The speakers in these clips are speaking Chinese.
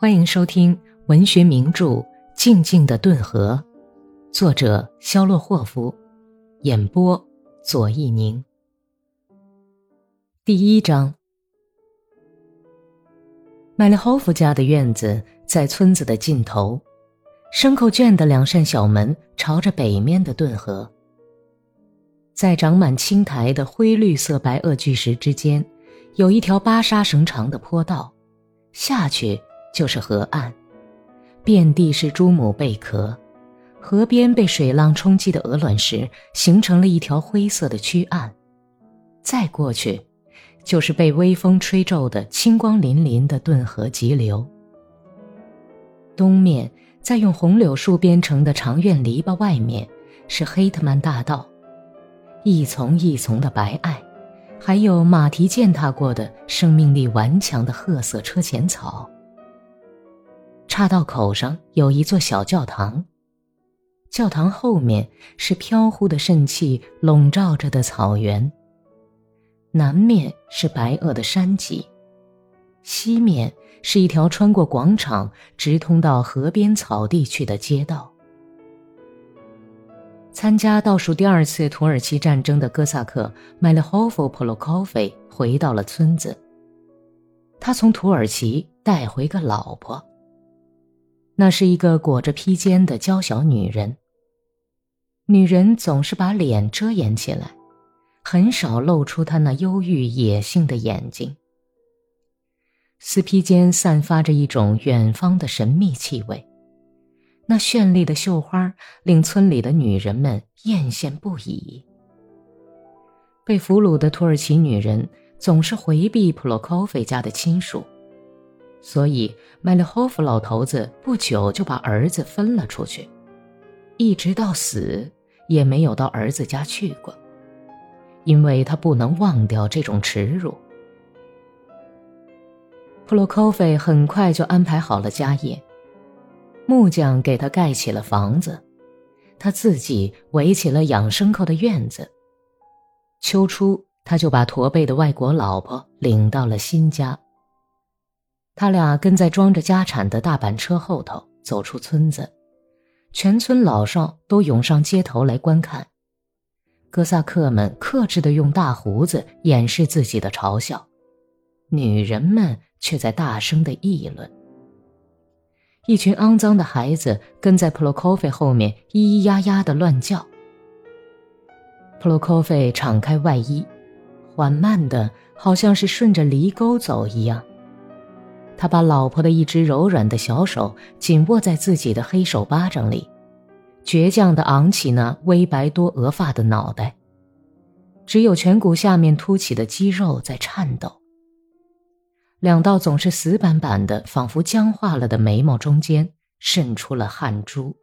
欢迎收听文学名著《静静的顿河》，作者肖洛霍夫，演播左一宁。第一章。麦列霍夫家的院子在村子的尽头，牲口圈的两扇小门朝着北面的顿河。在长满青苔的灰绿色白垩巨石之间，有一条8沙绳长的坡道，下去就是河岸，遍地是珠母贝壳，河边被水浪冲击的鹅卵石形成了一条灰色的曲岸，再过去就是被微风吹皱的清光粼粼的顿河急流。东面在用红柳树编成的长院篱笆外面是黑特曼大道，一丛一丛的白艾，还有马蹄践踏过的生命力顽强的褐色车前草。岔道口上有一座小教堂，教堂后面是飘忽的渗气笼罩着的草原，南面是白垩的山脊，西面是一条穿过广场直通到河边草地去的街道。参加倒数第2次土耳其战争的哥萨克麦列霍夫·普洛科菲回到了村子，他从土耳其带回个老婆，那是一个裹着披肩的娇小女人。女人总是把脸遮掩起来，很少露出她那忧郁野性的眼睛。丝披间散发着一种远方的神秘气味，那绚丽的绣花令村里的女人们艳羡不已。被俘虏的土耳其女人总是回避普洛科菲家的亲属，所以麦列霍夫老头子不久就把儿子分了出去，一直到死也没有到儿子家去过，因为他不能忘掉这种耻辱。普洛科菲很快就安排好了家业，木匠给他盖起了房子，他自己围起了养牲口的院子。秋初他就把驼背的外国老婆领到了新家，他俩跟在装着家产的大板车后头走出村子，全村老少都涌上街头来观看。哥萨克们克制地用大胡子掩饰自己的嘲笑，女人们却在大声地议论。一群肮脏的孩子跟在普洛科菲后面咿咿呀呀地乱叫。普洛科菲敞开外衣，缓慢地好像是顺着犁沟走一样。他把老婆的一只柔软的小手紧握在自己的黑手巴掌里，倔强地昂起那微白多额发的脑袋，只有颧骨下面凸起的肌肉在颤抖。两道总是死板板的仿佛僵化了的眉毛中间渗出了汗珠。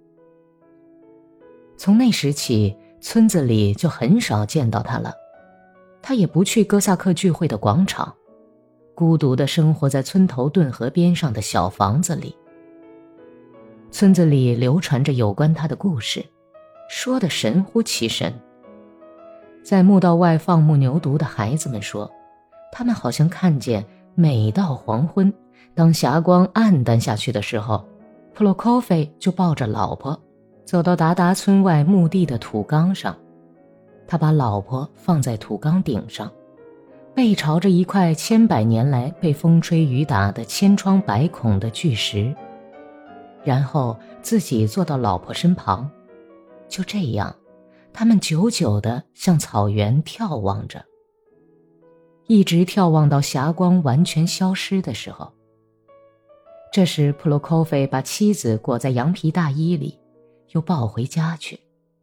从那时起，村子里就很少见到他了，他也不去哥萨克聚会的广场，孤独地生活在村头顿河边上的小房子里。村子里流传着有关他的故事，说得神乎其神。在墓道外放牧牛犊的孩子们说，他们好像看见每到黄昏，当霞光暗淡下去的时候，普洛科菲就抱着老婆走到达达村外墓地的土缸上，他把老婆放在土缸顶上，背朝着一块千百年来被风吹雨打的千疮百孔的巨石，然后自己坐到老婆身旁。就这样，他们久久地向草原眺望着，一直眺望到霞光完全消失的时候。这时普洛科菲把妻子裹在羊皮大衣里，又抱回家去。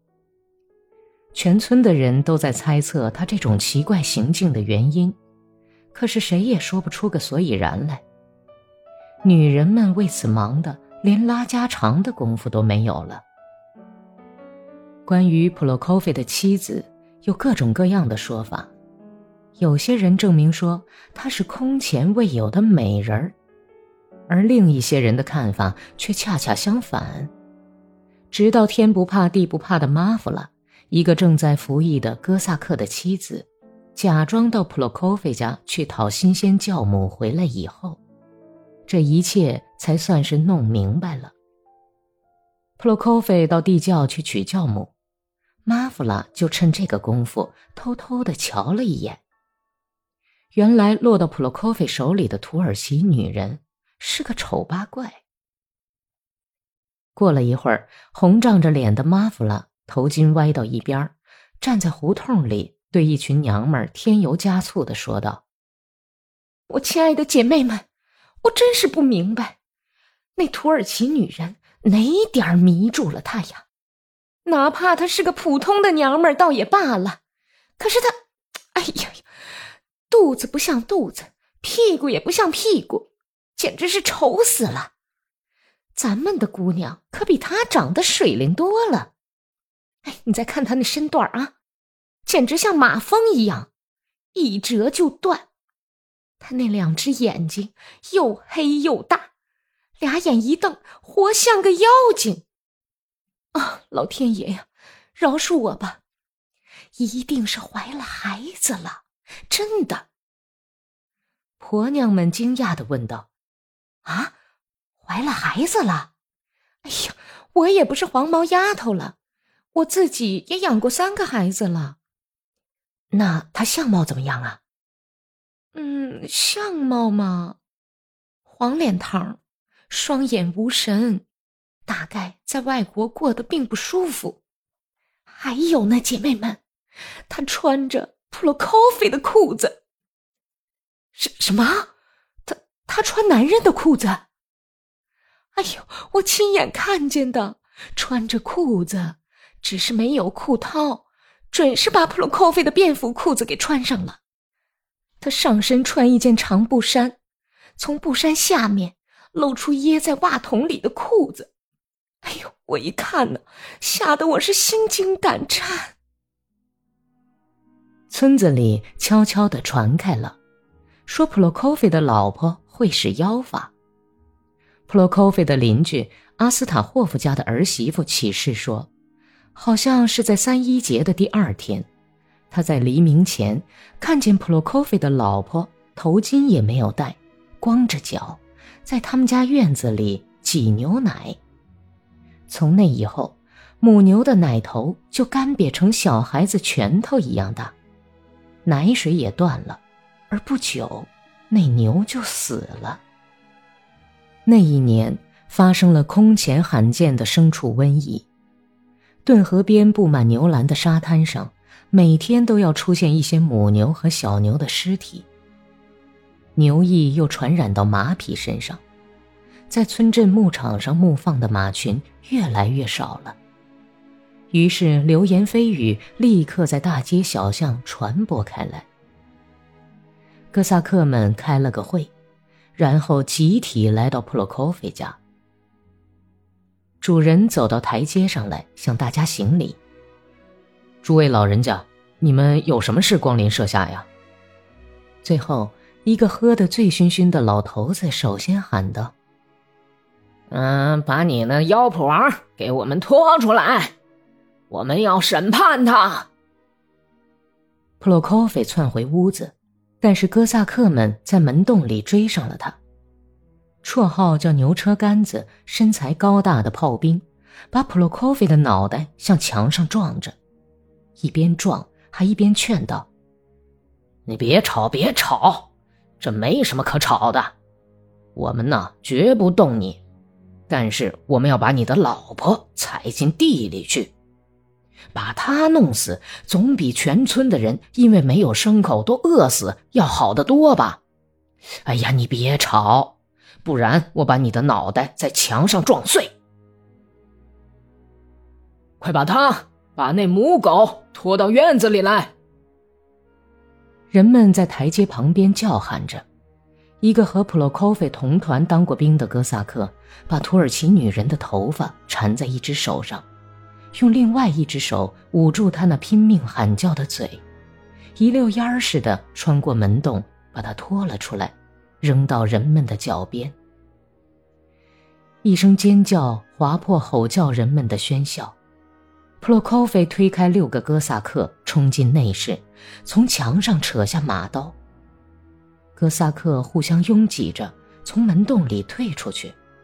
全村的人都在猜测他这种奇怪行径的原因，可是谁也说不出个所以然来。女人们为此忙得连拉家常的功夫都没有了。关于普洛科菲的妻子有各种各样的说法，有些人证明说她是空前未有的美人儿，而另一些人的看法却恰恰相反。直到天不怕地不怕的马夫拉，一个正在服役的哥萨克的妻子，假装到普洛科菲家去讨新鲜酵母回来以后，这一切才算是弄明白了。普罗科菲到地窖去取酵母，马夫拉就趁这个功夫偷偷地瞧了一眼。原来落到普罗科菲手里的土耳其女人是个丑八怪。过了一会儿，红胀着脸的马夫拉头巾歪到一边，站在胡同里对一群娘们儿添油加醋地说道：我亲爱的姐妹们，我真是不明白，那土耳其女人哪点迷住了她呀？哪怕她是个普通的娘们儿倒也罢了，可是她，哎呀，肚子不像肚子，屁股也不像屁股，简直是丑死了。咱们的姑娘可比她长得水灵多了。哎，你再看她那身段啊，简直像马蜂一样，一折就断。她那两只眼睛又黑又大，俩眼一瞪，活像个妖精。啊，老天爷呀，饶恕我吧，一定是怀了孩子了，真的。婆娘们惊讶地问道：啊，怀了孩子了？哎呀，我也不是黄毛丫头了，我自己也养过3个孩子了。那她相貌怎么样啊？相貌嘛，黄脸膛，双眼无神，大概在外国过得并不舒服。还有呢，姐妹们，她穿着普罗科菲的裤子。什么？她穿男人的裤子？哎呦，我亲眼看见的，穿着裤子，只是没有裤套，准是把普罗科菲的便服裤子给穿上了。他上身穿一件长布衫，从布衫下面露出掖在袜筒里的裤子。哎呦，我一看呢，吓得我是心惊胆颤。村子里悄悄地传开了，说普罗科菲的老婆会使妖法。普罗科菲的邻居阿斯塔霍夫家的儿媳妇起誓说，好像是在3·1节的第2天，他在黎明前看见普罗科菲的老婆头巾也没有戴，光着脚在他们家院子里挤牛奶。从那以后，母牛的奶头就干瘪成小孩子拳头一样大，奶水也断了，而不久那牛就死了。那一年发生了空前罕见的牲畜瘟疫，顿河边布满牛栏的沙滩上，每天都要出现一些母牛和小牛的尸体。牛疫又传染到马匹身上，在村镇牧场上牧放的马群越来越少了。于是流言蜚语立刻在大街小巷传播开来。哥萨克们开了个会，然后集体来到普罗科菲家。主人走到台阶上来，向大家行礼：诸位老人家，你们有什么事光临舍下呀？最后一个喝得醉醺醺的老头子首先喊道： 把你那妖婆给我们拖出来，我们要审判他。 普罗科菲窜回屋子，但是哥萨克们在门洞里追上了他。绰号叫牛车杆子，身材高大的炮兵把普罗科菲的脑袋向墙上撞着，一边撞还一边劝道： 你别吵别吵，这没什么可吵的，我们呢绝不动你，但是我们要把你的老婆踩进地里去，把她弄死总比全村的人因为没有牲口都饿死要好得多吧。哎呀，你别吵，不然我把你的脑袋在墙上撞碎。快把那母狗拖到院子里来。 人们在台阶旁边叫喊着。一个和普罗科菲同团当过兵的哥萨克把土耳其女人的头发缠在一只手上，用另外一只手捂住她那拼命喊叫的嘴，一溜烟儿似的穿过门洞，把她拖了出来，扔到人们的脚边。一声尖叫划破吼叫人们的喧嚣，普罗科菲推开6个哥萨克，冲进内室，从墙上扯下马刀。哥萨克互相拥挤着从门洞里退出去，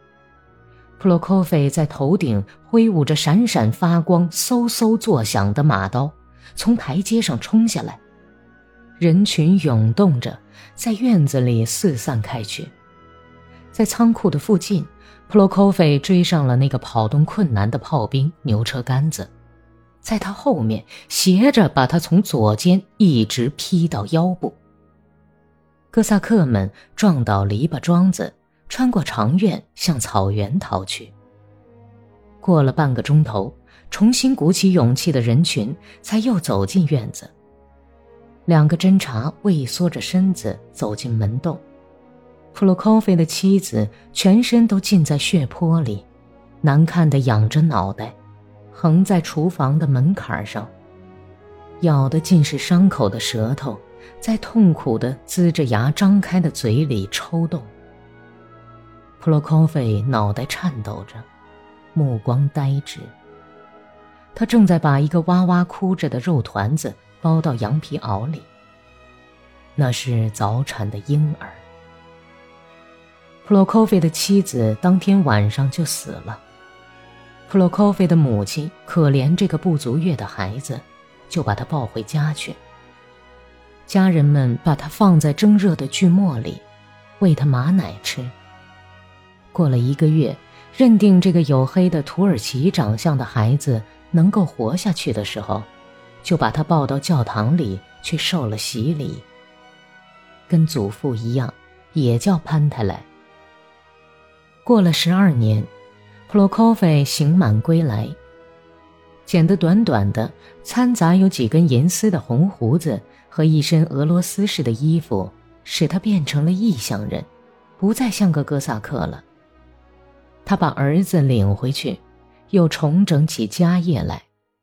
普罗科菲在头顶挥舞着闪闪发光、嗖嗖作响的马刀，从台阶上冲下来。人群涌动着，在院子里四散开去。在仓库的附近，普罗科菲追上了那个跑动困难的炮兵牛车杆子，在他后面斜着把他从左肩一直劈到腰部。哥萨克们撞倒篱笆桩子，穿过长院向草原逃去。过了半个钟头，重新鼓起勇气的人群才又走进院子。2个侦察畏缩着身子走进门洞。普罗科菲的妻子全身都浸在血泊里，难看地仰着脑袋，横在厨房的门槛上，咬得尽是伤口的舌头在痛苦地龇着牙张开的嘴里抽动。普罗科菲脑袋颤抖着，目光呆滞。他正在把一个哇哇哭着的肉团子包到羊皮袄里，那是早产的婴儿。普罗科菲的妻子当天晚上就死了。普罗科菲的母亲可怜这个不足月的孩子，就把他抱回家去。家人们把他放在蒸热的锯末里，喂他马奶吃。过了1个月，认定这个黝黑的土耳其长相的孩子能够活下去的时候，就把他抱到教堂里去受了洗礼。跟祖父一样，也叫潘泰莱。过了12年，普罗科菲刑满归来，剪得短短的，掺杂有几根银丝的红胡子和一身俄罗斯式的衣服，使他变成了异乡人，不再像个哥萨克了。他把儿子领回去，又重整起家业来。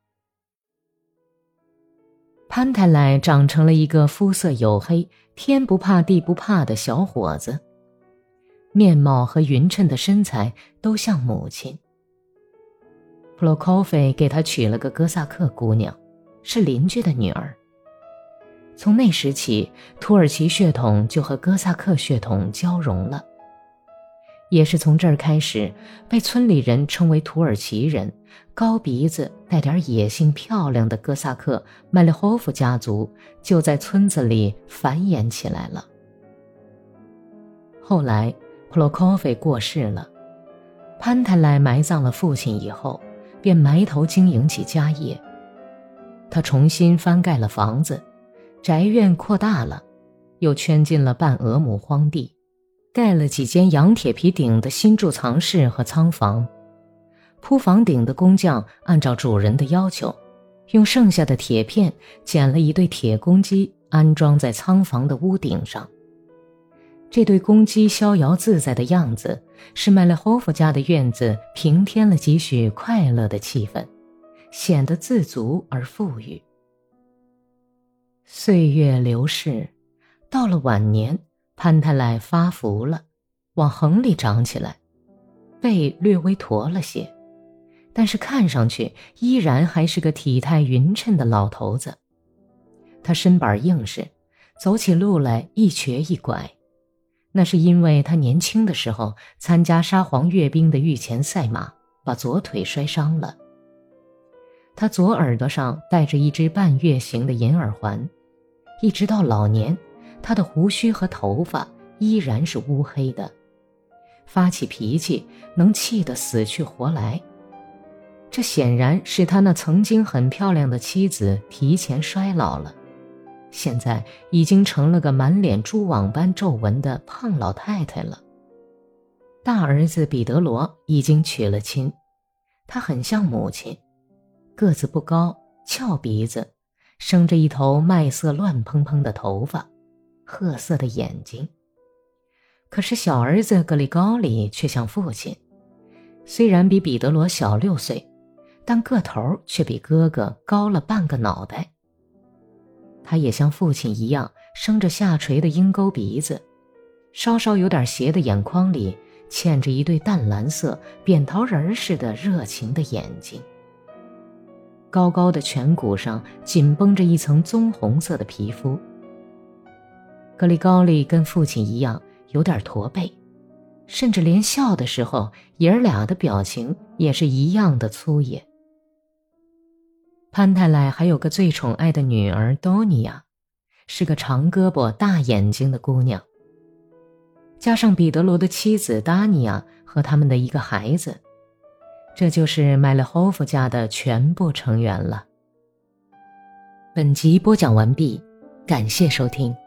潘泰莱长成了一个肤色黝黑、天不怕地不怕的小伙子，面貌和匀称的身材都像母亲。普罗科菲给他娶了个哥萨克姑娘，是邻居的女儿。从那时起，土耳其血统就和哥萨克血统交融了。也是从这儿开始，被村里人称为土耳其人、高鼻子、带点野性、漂亮的哥萨克麦列霍夫家族就在村子里繁衍起来了。后来普罗科菲过世了，潘泰莱埋葬了父亲以后，便埋头经营起家业。他重新翻盖了房子，宅院扩大了，又圈进了半俄亩荒地，盖了几间羊铁皮顶的新贮藏室和仓房。铺房顶的工匠按照主人的要求，用剩下的铁片剪了一对铁公鸡，安装在仓房的屋顶上。这对公鸡逍遥自在的样子，使麦列霍夫家的院子平添了几许快乐的气氛，显得自足而富裕。岁月流逝，到了晚年，潘泰莱发福了，往横里长起来，背略微驼了些，但是看上去依然还是个体态匀称的老头子。他身板硬实，走起路来一瘸一拐，那是因为他年轻的时候参加沙皇阅兵的御前赛马，把左腿摔伤了。他左耳朵上戴着一只半月形的银耳环，一直到老年，他的胡须和头发依然是乌黑的，发起脾气能气得死去活来。这显然是他那曾经很漂亮的妻子提前衰老了，现在已经成了个满脸蛛网般皱纹的胖老太太了。大儿子彼得罗已经娶了亲，他很像母亲，个子不高，翘鼻子，生着一头麦色乱蓬蓬的头发，褐色的眼睛。可是小儿子格里高里却像父亲，虽然比彼得罗小6岁，但个头却比哥哥高了半个脑袋。他也像父亲一样，生着下垂的鹰钩鼻子，稍稍有点斜的眼眶里嵌着一对淡蓝色扁桃仁似的热情的眼睛。高高的颧骨上紧绷着一层棕红色的皮肤。格里高利跟父亲一样有点驼背， 甚至连笑的时候，爷儿俩的表情也是一样的粗野。潘太来还有个最宠爱的女儿多尼亚，是个长胳膊大眼睛的姑娘。加上彼得罗的妻子达尼亚和他们的一个孩子，这就是麦勒霍夫家的全部成员了。本集播讲完毕，感谢收听。